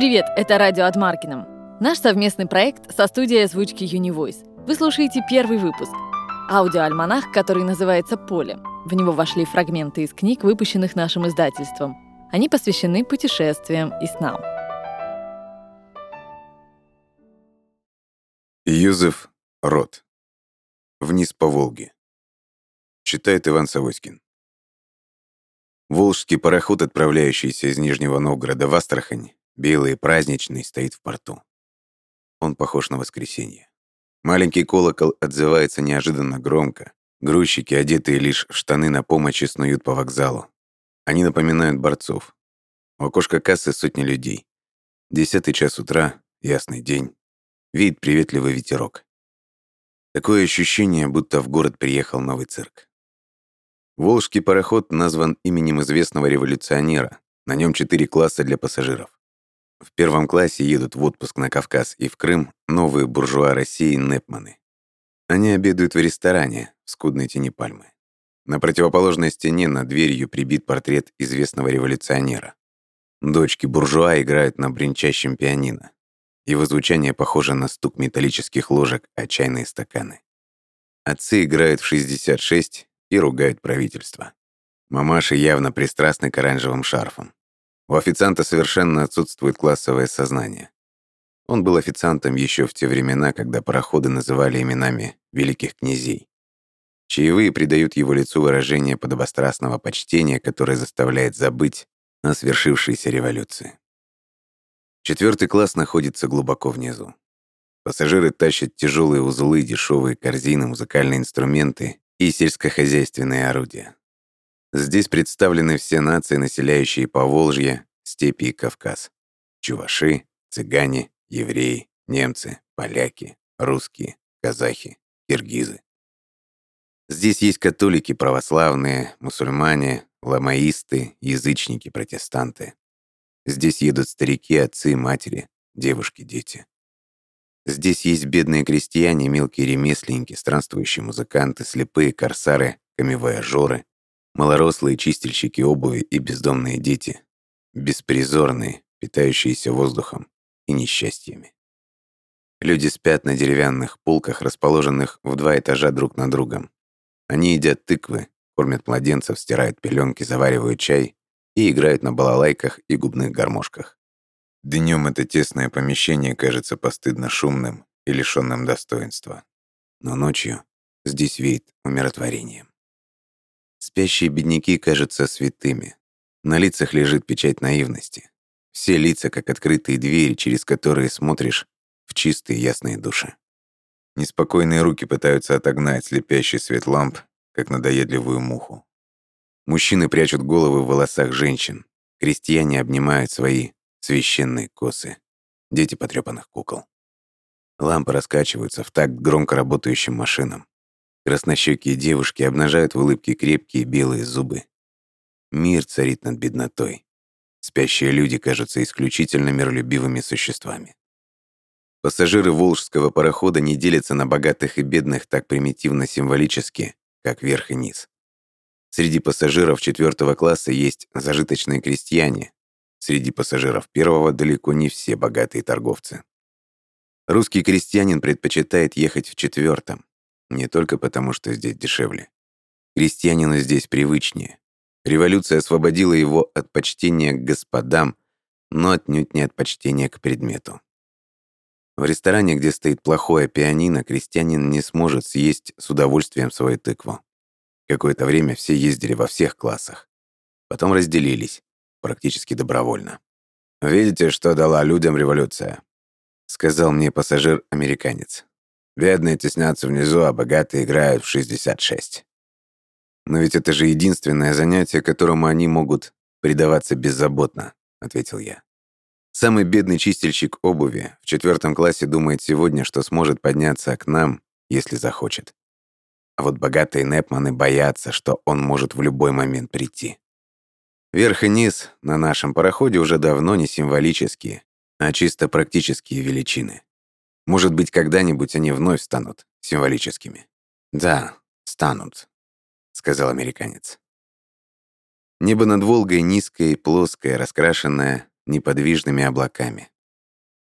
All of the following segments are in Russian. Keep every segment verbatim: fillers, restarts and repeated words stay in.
Привет, это радио от Маркином. Наш совместный проект со студией озвучки Univoice. Вы слушаете первый выпуск. Аудиоальманах, который называется «Поле». В него вошли фрагменты из книг, выпущенных нашим издательством. Они посвящены путешествиям и снам. Юзеф Рот. «Вниз по Волге». Читает Иван Савоськин. Волжский пароход, отправляющийся из Нижнего Новгорода в Астрахань, белый и праздничный, стоит в порту. Он похож на воскресенье. Маленький колокол отзывается неожиданно громко. Грузчики, одетые лишь в штаны на помощи, снуют по вокзалу. Они напоминают борцов. У окошка кассы сотни людей. Десятый час утра, ясный день. Веет приветливый ветерок. Такое ощущение, будто в город приехал новый цирк. Волжский пароход назван именем известного революционера. На нем четыре класса для пассажиров. В первом классе едут в отпуск на Кавказ и в Крым новые буржуа России Непманы. Они обедают в ресторане в скудной тени пальмы. На противоположной стене над дверью прибит портрет известного революционера. Дочки буржуа играют на бренчащем пианино. Его звучание похоже на стук металлических ложек о чайные стаканы. Отцы играют в шестьдесят шесть и ругают правительство. Мамаши явно пристрастны к оранжевым шарфам. У официанта совершенно отсутствует классовое сознание. Он был официантом еще в те времена, когда пароходы называли именами великих князей. Чаевые придают его лицу выражение подобострастного почтения, которое заставляет забыть о свершившейся революции. Четвертый класс находится глубоко внизу. Пассажиры тащат тяжелые узлы, дешевые корзины, музыкальные инструменты и сельскохозяйственные орудия. Здесь представлены все нации, населяющие Поволжье, степи и Кавказ. Чуваши, цыгане, евреи, немцы, поляки, русские, казахи, киргизы. Здесь есть католики, православные, мусульмане, ламаисты, язычники, протестанты. Здесь едут старики, отцы, матери, девушки, дети. Здесь есть бедные крестьяне, мелкие ремесленники, странствующие музыканты, слепые корсары, камевояжеры, малорослые чистильщики обуви и бездомные дети, беспризорные, питающиеся воздухом и несчастьями. Люди спят на деревянных полках, расположенных в два этажа друг над другом. Они едят тыквы, кормят младенцев, стирают пеленки, заваривают чай и играют на балалайках и губных гармошках. Днем это тесное помещение кажется постыдно шумным и лишенным достоинства. Но ночью здесь веет умиротворением. Спящие бедняки кажутся святыми. На лицах лежит печать наивности. Все лица, как открытые двери, через которые смотришь в чистые ясные души. Неспокойные руки пытаются отогнать слепящий свет ламп, как надоедливую муху. Мужчины прячут головы в волосах женщин. Крестьяне обнимают свои священные косы. Дети потрепанных кукол. Лампы раскачиваются в такт громко работающим машинам. Краснощекие девушки обнажают в улыбке крепкие белые зубы. Мир царит над беднотой. Спящие люди кажутся исключительно миролюбивыми существами. Пассажиры волжского парохода не делятся на богатых и бедных так примитивно-символически, как верх и низ. Среди пассажиров четвертого класса есть зажиточные крестьяне. Среди пассажиров первого далеко не все богатые торговцы. Русский крестьянин предпочитает ехать в четвертом, не только потому, что здесь дешевле. Крестьянину здесь привычнее. Революция освободила его от почтения к господам, но отнюдь не от почтения к предмету. В ресторане, где стоит плохое пианино, крестьянин не сможет съесть с удовольствием свою тыкву. Какое-то время все ездили во всех классах. Потом разделились, практически добровольно. «Видите, что дала людям революция?» — сказал мне пассажир-американец. «Бедные теснятся внизу, а богатые играют в шестьдесят шесть». «Но ведь это же единственное занятие, которому они могут предаваться беззаботно», — ответил я. Самый бедный чистильщик обуви в четвертом классе думает сегодня, что сможет подняться к нам, если захочет. А вот богатые Непманы боятся, что он может в любой момент прийти. Верх и низ на нашем пароходе уже давно не символические, а чисто практические величины. Может быть, когда-нибудь они вновь станут символическими. «Да, станут», — сказал американец. Небо над Волгой низкое и плоское, раскрашенное неподвижными облаками.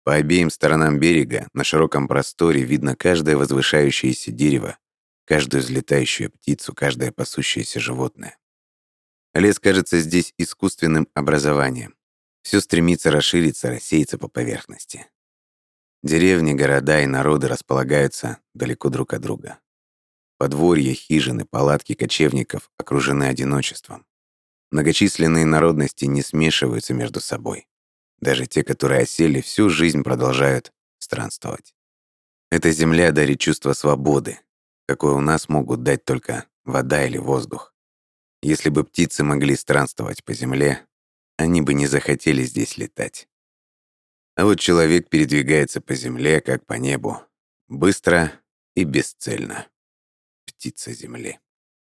По обеим сторонам берега на широком просторе видно каждое возвышающееся дерево, каждую взлетающую птицу, каждое пасущееся животное. Лес кажется здесь искусственным образованием. Все стремится расшириться, рассеяться по поверхности. Деревни, города и народы располагаются далеко друг от друга. Подворья, хижины, палатки кочевников окружены одиночеством. Многочисленные народности не смешиваются между собой. Даже те, которые осели, всю жизнь продолжают странствовать. Эта земля дарит чувство свободы, какое у нас могут дать только вода или воздух. Если бы птицы могли странствовать по земле, они бы не захотели здесь летать. А вот человек передвигается по земле, как по небу, быстро и бесцельно. Птица земли.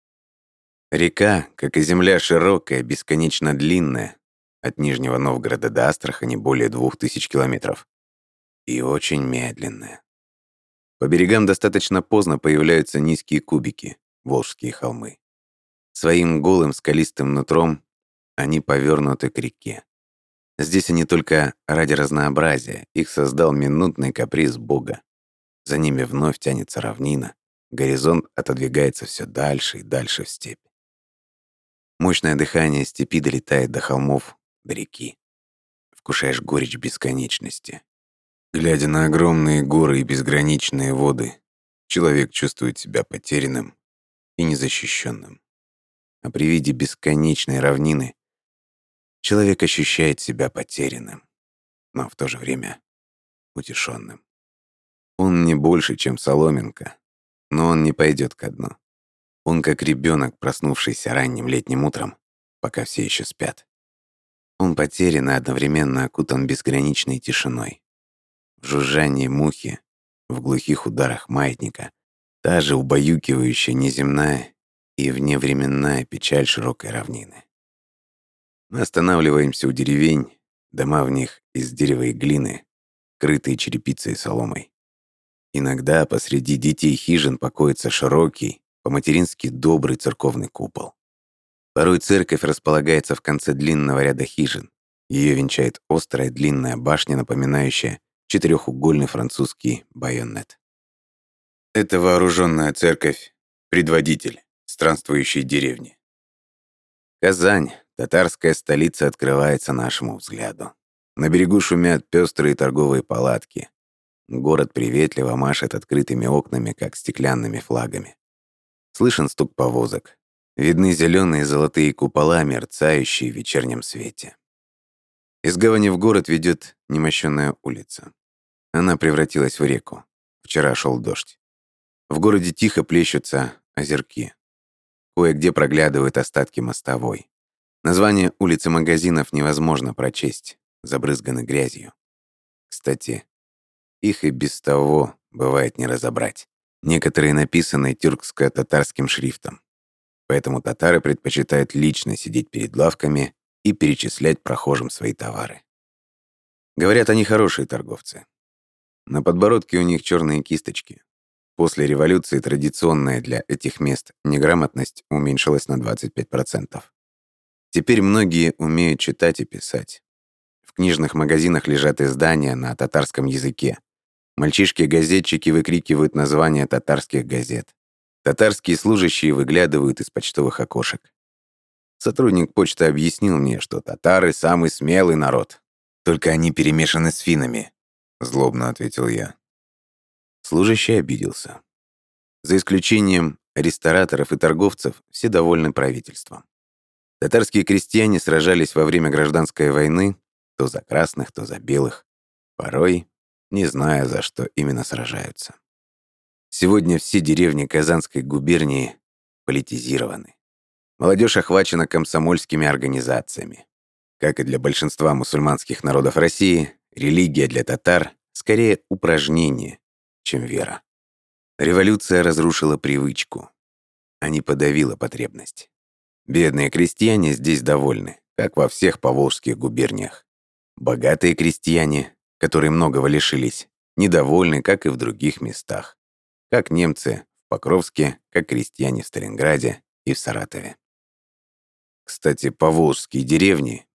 Река, как и земля, широкая, бесконечно длинная, от Нижнего Новгорода до Астрахани более двух тысяч километров, и очень медленная. По берегам достаточно поздно появляются низкие кубики, Волжские холмы. Своим голым скалистым нутром они повернуты к реке. Здесь они только ради разнообразия, их создал минутный каприз Бога. За ними вновь тянется равнина, горизонт отодвигается все дальше и дальше в степь. Мощное дыхание степи долетает до холмов, до реки. Вкушаешь горечь бесконечности. Глядя на огромные горы и безграничные воды, человек чувствует себя потерянным и незащищенным. А при виде бесконечной равнины человек ощущает себя потерянным, но в то же время утешенным. Он не больше, чем соломинка, но он не пойдет ко дну. Он как ребенок, проснувшийся ранним летним утром, пока все еще спят. Он потерян и одновременно окутан безграничной тишиной. В жужжании мухи, в глухих ударах маятника, та же убаюкивающая неземная и вневременная печаль широкой равнины. Мы останавливаемся у деревень, дома в них из дерева и глины, крытые черепицей и соломой. Иногда посреди детей хижин покоится широкий, по-матерински добрый церковный купол. Порой церковь располагается в конце длинного ряда хижин. Ее венчает острая длинная башня, напоминающая четырехугольный французский байонет. Это вооруженная церковь, предводитель странствующей деревни. Казань, татарская столица, открывается нашему взгляду. На берегу шумят пестрые торговые палатки. Город приветливо машет открытыми окнами, как стеклянными флагами. Слышен стук повозок. Видны зеленые и золотые купола, мерцающие в вечернем свете. Из гавани в город ведет немощенная улица. Она превратилась в реку. Вчера шел дождь. В городе тихо плещутся озерки. Кое-где проглядывают остатки мостовой. Название улиц и магазинов невозможно прочесть, забрызганы грязью. Кстати, их и без того бывает не разобрать. Некоторые написаны тюркско-татарским шрифтом. Поэтому татары предпочитают лично сидеть перед лавками и перечислять прохожим свои товары. Говорят, они хорошие торговцы. На подбородке у них черные кисточки. После революции традиционная для этих мест неграмотность уменьшилась на двадцать пять процентов. Теперь многие умеют читать и писать. В книжных магазинах лежат издания на татарском языке. Мальчишки-газетчики выкрикивают названия татарских газет. Татарские служащие выглядывают из почтовых окошек. Сотрудник почты объяснил мне, что татары — самый смелый народ. Только они перемешаны с финнами, — злобно ответил я. Служащий обиделся. За исключением рестораторов и торговцев, все довольны правительством. Татарские крестьяне сражались во время гражданской войны то за красных, то за белых, порой не зная, за что именно сражаются. Сегодня все деревни Казанской губернии политизированы. Молодежь охвачена комсомольскими организациями. Как и для большинства мусульманских народов России, религия для татар скорее упражнение, чем вера. Революция разрушила привычку, а не подавила потребность. Бедные крестьяне здесь довольны, как во всех поволжских губерниях. Богатые крестьяне, которые многого лишились, недовольны, как и в других местах. Как немцы в Покровске, как крестьяне в Сталинграде и в Саратове. Кстати, поволжские деревни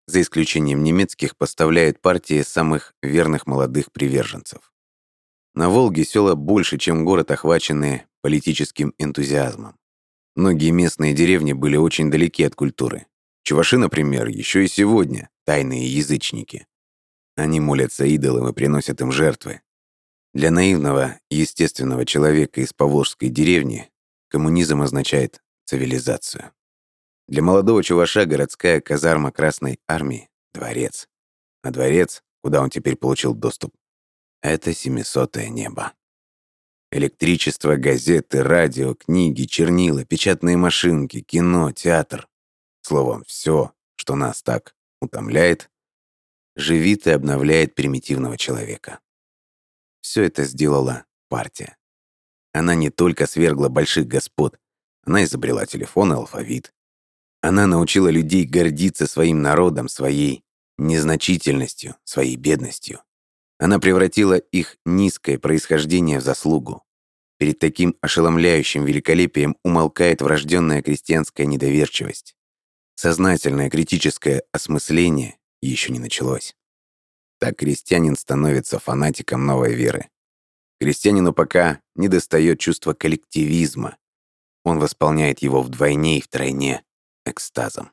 за исключением немецких, поставляют партии самых верных молодых приверженцев. На Волге села больше, чем город, охваченные политическим энтузиазмом. Многие местные деревни были очень далеки от культуры. Чуваши, например, еще и сегодня тайные язычники. Они молятся идолам и приносят им жертвы. Для наивного, естественного человека из поволжской деревни коммунизм означает цивилизацию. Для молодого чуваша городская казарма Красной Армии — дворец. А дворец, куда он теперь получил доступ, это семисотое небо. Электричество, газеты, радио, книги, чернила, печатные машинки, кино, театр. Словом, все, что нас так утомляет, живит и обновляет примитивного человека. Все это сделала партия. Она не только свергла больших господ, она изобрела телефон и алфавит. Она научила людей гордиться своим народом, своей незначительностью, своей бедностью. Она превратила их низкое происхождение в заслугу. Перед таким ошеломляющим великолепием умолкает врожденная крестьянская недоверчивость. Сознательное критическое осмысление еще не началось. Так крестьянин становится фанатиком новой веры. Крестьянину пока недостает чувства коллективизма. Он восполняет его вдвойне и втройне экстазом.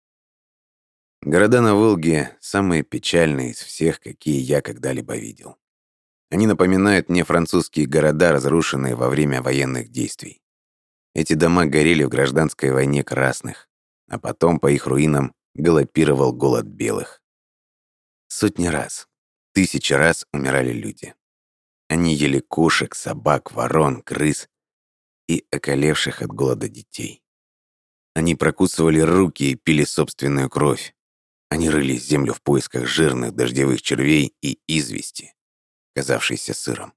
Города на Волге самые печальные из всех, какие я когда-либо видел. Они напоминают мне французские города, разрушенные во время военных действий. Эти дома горели в гражданской войне красных, а потом по их руинам галопировал голод белых. Сотни раз, тысячи раз умирали люди. Они ели кошек, собак, ворон, крыс и околевших от голода детей. Они прокусывали руки и пили собственную кровь. Они рыли землю в поисках жирных дождевых червей и извести, казавшейся сыром.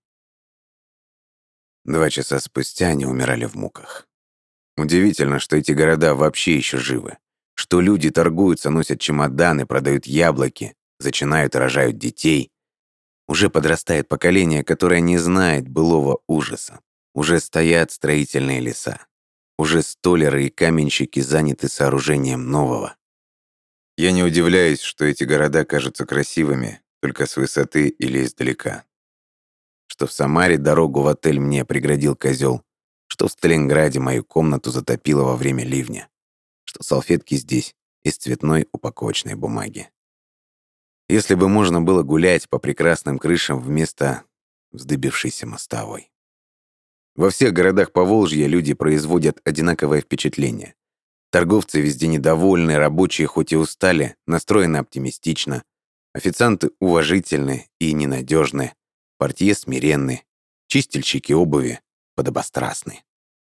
Два часа спустя они умирали в муках. Удивительно, что эти города вообще еще живы, что люди торгуются, носят чемоданы, продают яблоки, зачинают и рожают детей. Уже подрастает поколение, которое не знает былого ужаса. Уже стоят строительные леса. Уже столяры и каменщики заняты сооружением нового. Я не удивляюсь, что эти города кажутся красивыми только с высоты или издалека. Что в Самаре дорогу в отель мне преградил козел, что в Сталинграде мою комнату затопило во время ливня, что салфетки здесь из цветной упаковочной бумаги. Если бы можно было гулять по прекрасным крышам вместо вздыбившейся мостовой. Во всех городах Поволжья люди производят одинаковое впечатление. Торговцы везде недовольны, рабочие хоть и устали, настроены оптимистично, официанты уважительны и ненадежны, портье смиренны, чистильщики обуви подобострастны.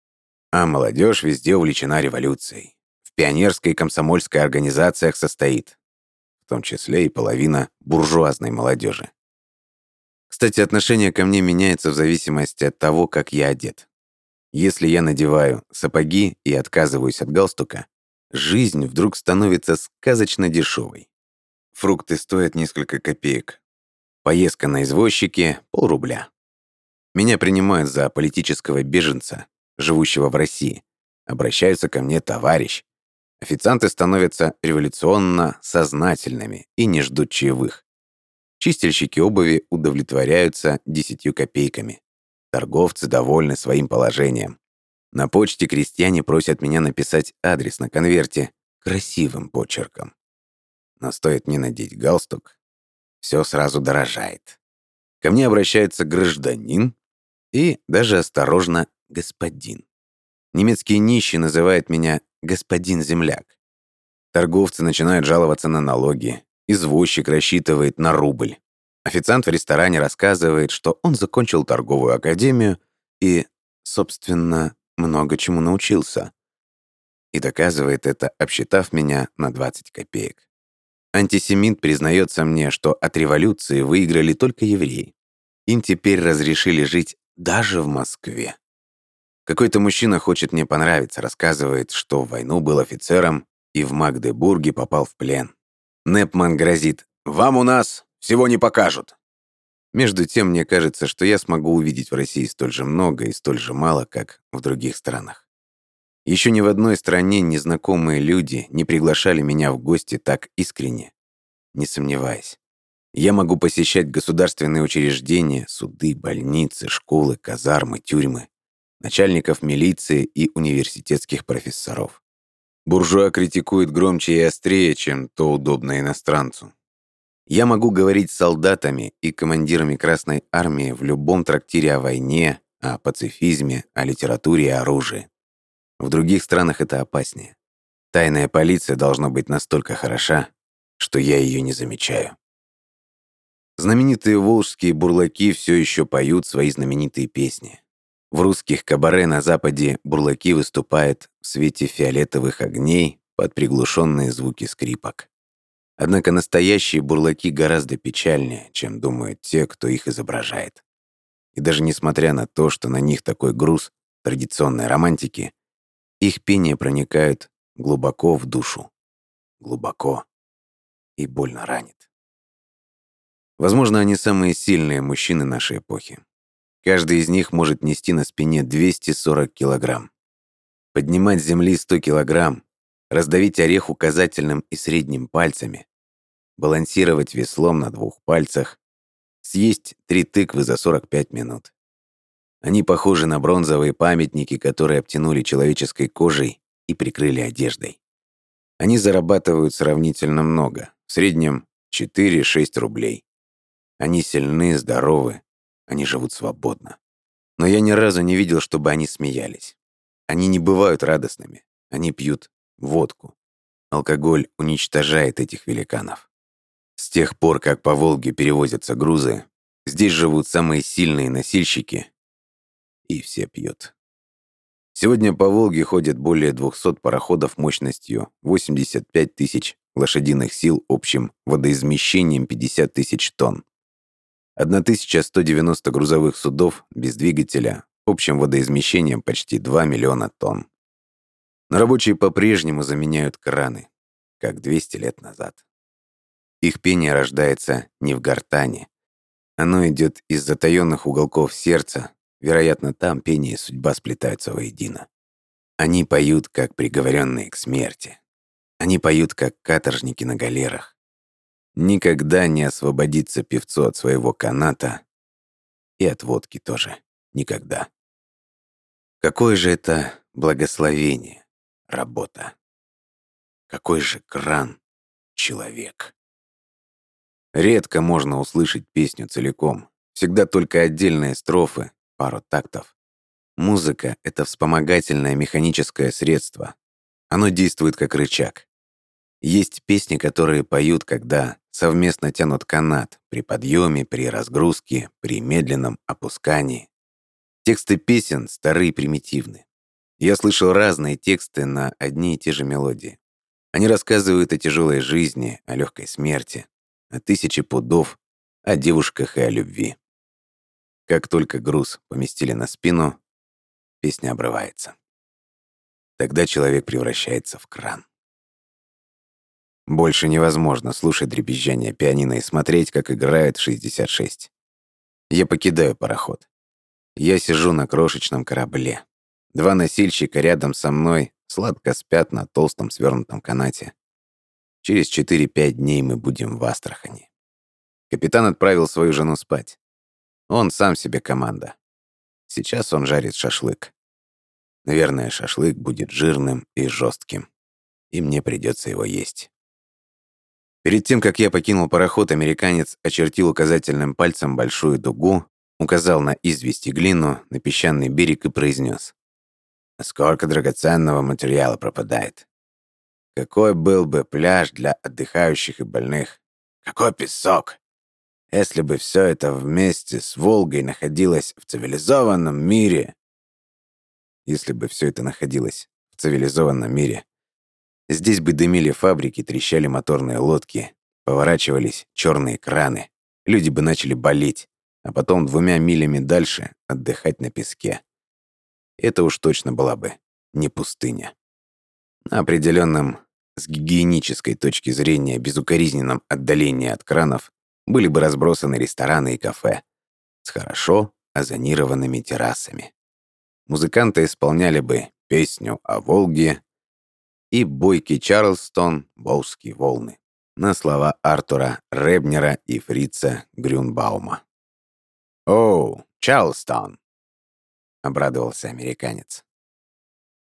А молодежь везде увлечена революцией. В пионерской и комсомольской организациях состоит, в том числе и половина буржуазной молодежи. Кстати, отношение ко мне меняется в зависимости от того, как я одет. Если я надеваю сапоги и отказываюсь от галстука, жизнь вдруг становится сказочно дешевой. Фрукты стоят несколько копеек. Поездка на извозчике — полрубля. Меня принимают за политического беженца, живущего в России. Обращаются ко мне товарищ. Официанты становятся революционно сознательными и не ждут чаевых. Чистильщики обуви удовлетворяются десятью копейками. Торговцы довольны своим положением. На почте крестьяне просят меня написать адрес на конверте красивым почерком. Но стоит мне надеть галстук, все сразу дорожает. Ко мне обращается гражданин и даже осторожно господин. Немецкие нищие называют меня господин земляк. Торговцы начинают жаловаться на налоги. Извозчик рассчитывает на рубль. Официант в ресторане рассказывает, что он закончил торговую академию и, собственно, много чему научился. И доказывает это, обсчитав меня на двадцать копеек. Антисемит признается мне, что от революции выиграли только евреи. Им теперь разрешили жить даже в Москве. Какой-то мужчина хочет мне понравиться, рассказывает, что в войну был офицером и в Магдебурге попал в плен. Непман грозит: «Вам у нас всего не покажут». Между тем, мне кажется, что я смогу увидеть в России столь же много и столь же мало, как в других странах. Еще ни в одной стране незнакомые люди не приглашали меня в гости так искренне, не сомневаясь. Я могу посещать государственные учреждения, суды, больницы, школы, казармы, тюрьмы, начальников милиции и университетских профессоров. Буржуа критикует громче и острее, чем то удобно иностранцу. Я могу говорить с солдатами и командирами Красной Армии в любом трактире о войне, о пацифизме, о литературе и оружии. В других странах это опаснее. Тайная полиция должна быть настолько хороша, что я ее не замечаю. Знаменитые волжские бурлаки все еще поют свои знаменитые песни. В русских кабаре на Западе бурлаки выступают в свете фиолетовых огней под приглушенные звуки скрипок. Однако настоящие бурлаки гораздо печальнее, чем думают те, кто их изображает. И даже несмотря на то, что на них такой груз традиционной романтики, их пение проникает глубоко в душу. Глубоко. И больно ранит. Возможно, они самые сильные мужчины нашей эпохи. Каждый из них может нести на спине двести сорок килограмм. Поднимать с земли сто килограмм, раздавить орех указательным и средним пальцами, балансировать веслом на двух пальцах, съесть три тыквы за сорок пять минут. Они похожи на бронзовые памятники, которые обтянули человеческой кожей и прикрыли одеждой. Они зарабатывают сравнительно много, в среднем четыре-шесть рублей. Они сильны, здоровы, они живут свободно. Но я ни разу не видел, чтобы они смеялись. Они не бывают радостными, они пьют водку. Алкоголь уничтожает этих великанов. С тех пор, как по Волге перевозятся грузы, здесь живут самые сильные носильщики, и все пьют. Сегодня по Волге ходят более двухсот пароходов мощностью восемьдесят пять тысяч лошадиных сил общим водоизмещением пятьдесят тысяч тонн. тысяча сто девяносто грузовых судов без двигателя общим водоизмещением почти два миллиона тонн. Но рабочие по-прежнему заменяют краны, как двести лет назад. Их пение рождается не в гортани. Оно идет из затаённых уголков сердца. Вероятно, там пение и судьба сплетаются воедино. Они поют, как приговоренные к смерти. Они поют, как каторжники на галерах. Никогда не освободится певцу от своего каната и от водки тоже. Никогда. Какое же это благословение, работа. Какой же кран человек. Редко можно услышать песню целиком. Всегда только отдельные строфы, пару тактов. Музыка — это вспомогательное механическое средство. Оно действует как рычаг. Есть песни, которые поют, когда совместно тянут канат при подъеме, при разгрузке, при медленном опускании. Тексты песен стары и примитивны. Я слышал разные тексты на одни и те же мелодии. Они рассказывают о тяжелой жизни, о легкой смерти, о тысяче пудов, о девушках и о любви. Как только груз поместили на спину, песня обрывается. Тогда человек превращается в кран. Больше невозможно слушать дребезжание пианино и смотреть, как играет шестьдесят шесть. Я покидаю пароход. Я сижу на крошечном корабле. Два носильщика рядом со мной сладко спят на толстом свернутом канате. Через четыре-пять дней мы будем в Астрахани. Капитан отправил свою жену спать. Он сам себе команда. Сейчас он жарит шашлык. Наверное, шашлык будет жирным и жестким, и мне придется его есть. Перед тем, как я покинул пароход, американец очертил указательным пальцем большую дугу, указал на известь и глину, на песчаный берег и произнес: «Сколько драгоценного материала пропадает. Какой был бы пляж для отдыхающих и больных? Какой песок! Если бы все это вместе с Волгой находилось в цивилизованном мире...» Если бы все это находилось в цивилизованном мире, здесь бы дымили фабрики, трещали моторные лодки, поворачивались черные краны, люди бы начали болеть, а потом двумя милями дальше отдыхать на песке. Это уж точно была бы не пустыня. На определенном, с гигиенической точки зрения, безукоризненном отдалении от кранов были бы разбросаны рестораны и кафе с хорошо озонированными террасами. Музыканты исполняли бы песню о Волге и бойкий Чарльстон, Боузские волны. на слова Артура Ребнера и Фрица Грюнбаума. «Оу, Чарльстон!» — обрадовался американец.